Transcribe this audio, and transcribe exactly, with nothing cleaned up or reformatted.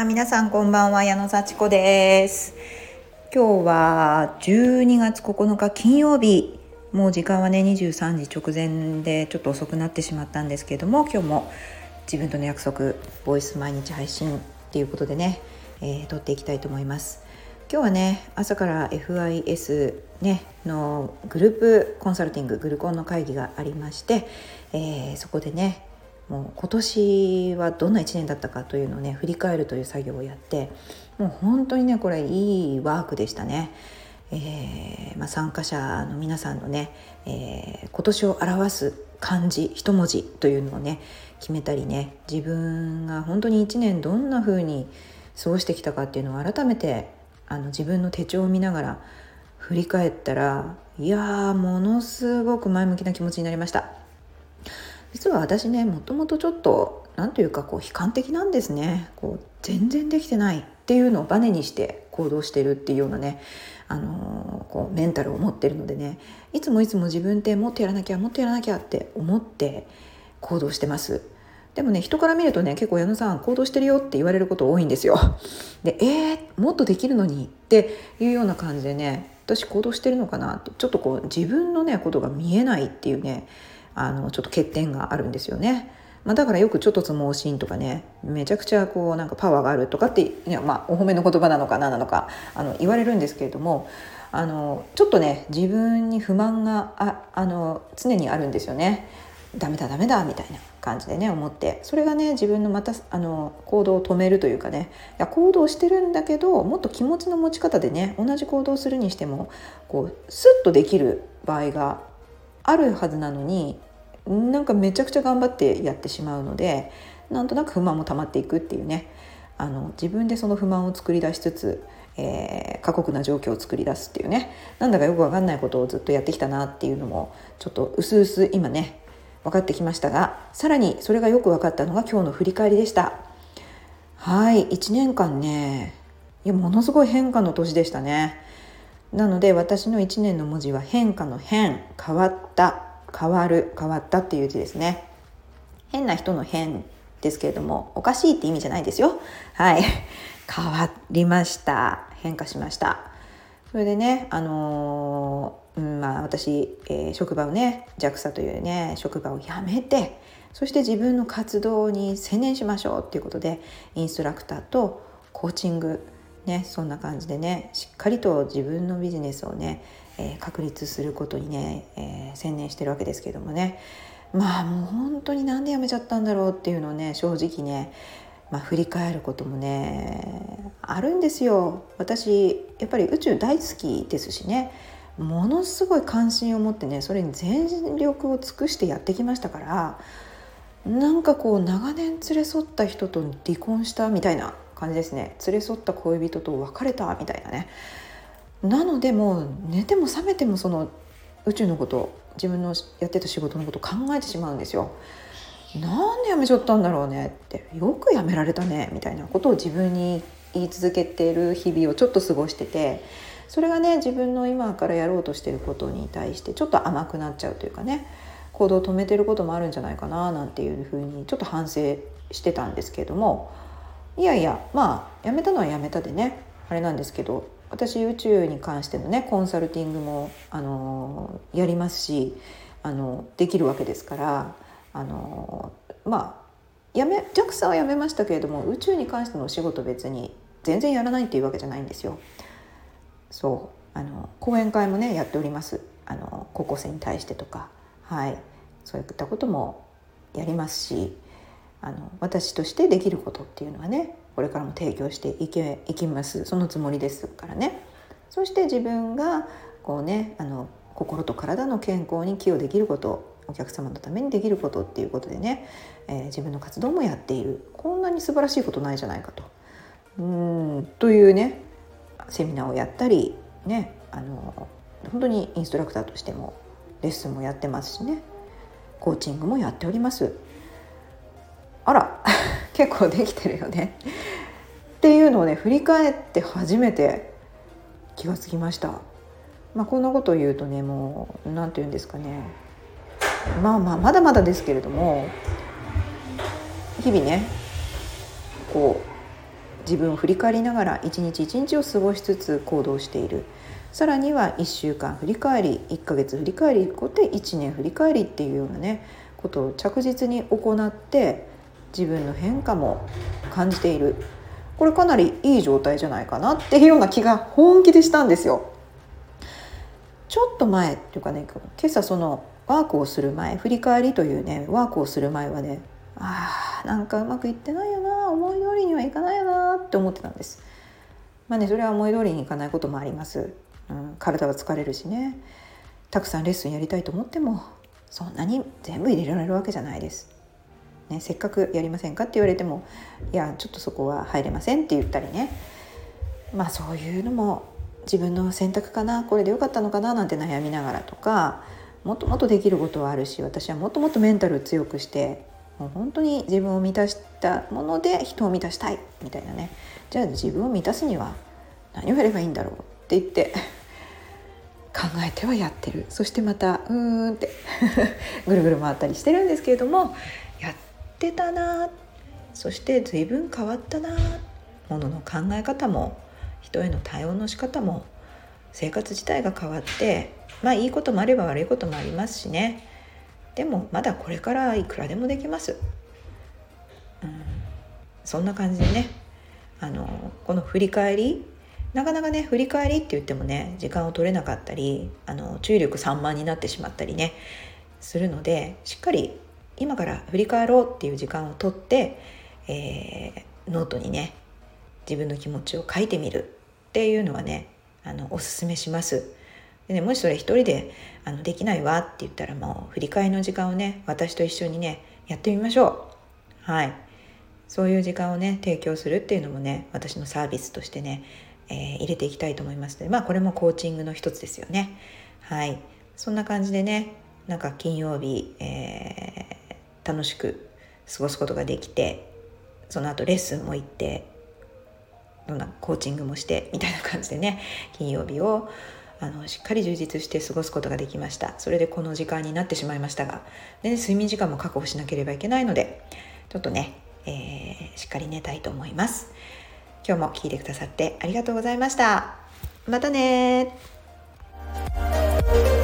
あ、皆さんこんばんは、矢野幸子です。今日はじゅうにがつここのか金曜日、もう時間はねにじゅうさんじ直前でちょっと遅くなってしまったんですけれども、今日も自分との約束ボイス毎日配信っていうことでね、えー、撮っていきたいと思います。今日はね、朝から エフアイエス、ね、のグループコンサルティンググルコンの会議がありまして、えー、そこでね、もう今年はどんないちねんだったかというのをね振り返るという作業をやって、もう本当にねこれいいワークでしたね。えーまあ、参加者の皆さんのね、えー、今年を表す漢字一文字というのをね決めたりね、自分が本当にいちねんどんな風に過ごしてきたかっていうのを改めてあの自分の手帳を見ながら振り返ったら、いやーものすごく前向きな気持ちになりました。実は私ね、もともとちょっとなんというかこう悲観的なんですね。こう全然できてないっていうのをバネにして行動してるっていうようなね、あのー、こうメンタルを持ってるのでね、いつもいつも自分ってもっとやらなきゃもっとやらなきゃって思って行動してます。でもね、人から見るとね、結構矢野さん行動してるよって言われること多いんですよ。で、えー、もっとできるのにっていうような感じでね、私行動してるのかなって、ちょっとこう自分のねことが見えないっていうね、あのちょっと欠点があるんですよね。まあ、だからよくちょっとつ盲信とかね、めちゃくちゃこうなんかパワーがあるとかって、いや、まあお褒めの言葉なのか何なのかあの言われるんですけれども、あのちょっとね自分に不満がああの常にあるんですよね。ダメだダメだみたいな感じでね思って、それがね自分のまたあの行動を止めるというかね、いや行動してるんだけどもっと気持ちの持ち方でね、同じ行動するにしてもこうスッとできる場合があるはずなのに、なんかめちゃくちゃ頑張ってやってしまうので、なんとなく不満も溜まっていくっていうね、あの自分でその不満を作り出しつつ、えー、過酷な状況を作り出すっていうね、なんだかよく分かんないことをずっとやってきたなっていうのもちょっとうすうす今ね分かってきましたが、さらにそれがよく分かったのが今日の振り返りでした。はい、いちねんかんね、いやものすごい変化の年でしたね。なので私のいちねんの文字は変化の変、変わった、変わる、変わったっていう字ですね。変な人の変ですけれども、おかしいって意味じゃないですよ。はい、変わりました。変化しました。それでね、あのーうんまあ、私、えー、職場をね ジャクサ というね職場を辞めて、そして自分の活動に専念しましょうっていうことで、インストラクターとコーチングね、そんな感じでねしっかりと自分のビジネスをね、えー、確立することにね、えー、専念してるわけですけどもね、まあもう本当になんで辞めちゃったんだろうっていうのをね正直ね、まあ、振り返ることもねあるんですよ。私やっぱり宇宙大好きですしね、ものすごい関心を持ってねそれに全力を尽くしてやってきましたから、なんかこう長年連れ添った人と離婚したみたいな感じですね。連れ添った恋人と別れたみたいなね。なのでもう寝ても覚めてもその宇宙のこと、自分のやってた仕事のことを考えてしまうんですよ。なんで辞めちゃったんだろうねって、よく辞められたねみたいなことを自分に言い続けている日々をちょっと過ごしてて、それがね自分の今からやろうとしていることに対してちょっと甘くなっちゃうというかね、行動を止めてることもあるんじゃないかななんていうふうにちょっと反省してたんですけれども、いやいやまあ辞めたのは辞めたでねあれなんですけど、私宇宙に関してのねコンサルティングもあのやりますし、あのできるわけですから、あのまあやめ ジャクサ はやめましたけれども、宇宙に関してのお仕事別に全然やらないっていうわけじゃないんですよ。そうあの講演会もねやっております。あの高校生に対してとか、はい、そういったこともやりますし、あの私としてできることっていうのはねこれからも提供していけいきます。そのつもりですからね。そして自分がこうねあの心と体の健康に寄与できること、お客様のためにできることっていうことでね、えー、自分の活動もやっている。こんなに素晴らしいことないじゃないかとうーんというねセミナーをやったりね、あの本当にインストラクターとしてもレッスンもやってますしね、コーチングもやっております。あら結構できてるよねっていうのをね振り返って初めて気がつきました。まあ、こんなことを言うとね、もうなんて言うんですかね、まあまあまだまだですけれども、日々ねこう自分を振り返りながら一日一日を過ごしつつ行動している。さらにはいっしゅうかん振り返り、いっかげつ振り返り、こうやっていちねん振り返りっていうようなねことを着実に行って自分の変化も感じている。これかなりいい状態じゃないかなっていうような気が本気でしたんですよ。ちょっと前っていうかね、今朝そのワークをする前、振り返りというねワークをする前はね、あーなんかうまくいってないよな、思い通りにはいかないよなって思ってたんです。まあね、それは思い通りにいかないこともあります、うん、体は疲れるしね、たくさんレッスンやりたいと思ってもそんなに全部入れられるわけじゃないです、ね、せっかくやりませんかって言われても、いやちょっとそこは入れませんって言ったりね、まあそういうのも自分の選択かな、これでよかったのかななんて悩みながらとか、もっともっとできることはあるし、私はもっともっとメンタル強くしてもう本当に自分を満たしたもので人を満たしたいみたいなね、じゃあ自分を満たすには何をやればいいんだろうって言って考えてはやってる。そしてまたうーんってぐるぐる回ったりしてるんですけれども、やってたな、そして随分変わったな、ものの考え方も人への対応の仕方も生活自体が変わって、まあいいこともあれば悪いこともありますしね、でもまだこれからいくらでもできます、うん、そんな感じでね、あのこの振り返り、なかなかね振り返りって言ってもね時間を取れなかったり、あの注意力散漫になってしまったりねするので、しっかり今から振り返ろうっていう時間を取って、えー、ノートにね自分の気持ちを書いてみるっていうのはね、あのおすすめします。でね、もしそれ一人であのできないわって言ったら、もう振り返りの時間をね私と一緒にねやってみましょう。はい、そういう時間をね提供するっていうのもね私のサービスとしてね、えー、入れていきたいと思いますので、まあこれもコーチングの一つですよね。はい、そんな感じでね、なんか金曜日、えー、楽しく過ごすことができて、その後レッスンも行って、どんなコーチングもしてみたいな感じでね、金曜日をあのしっかり充実して過ごすことができました。それでこの時間になってしまいましたが、で、ね、睡眠時間も確保しなければいけないので、ちょっとね、えー、しっかり寝たいと思います。今日も聞いてくださってありがとうございました。またね。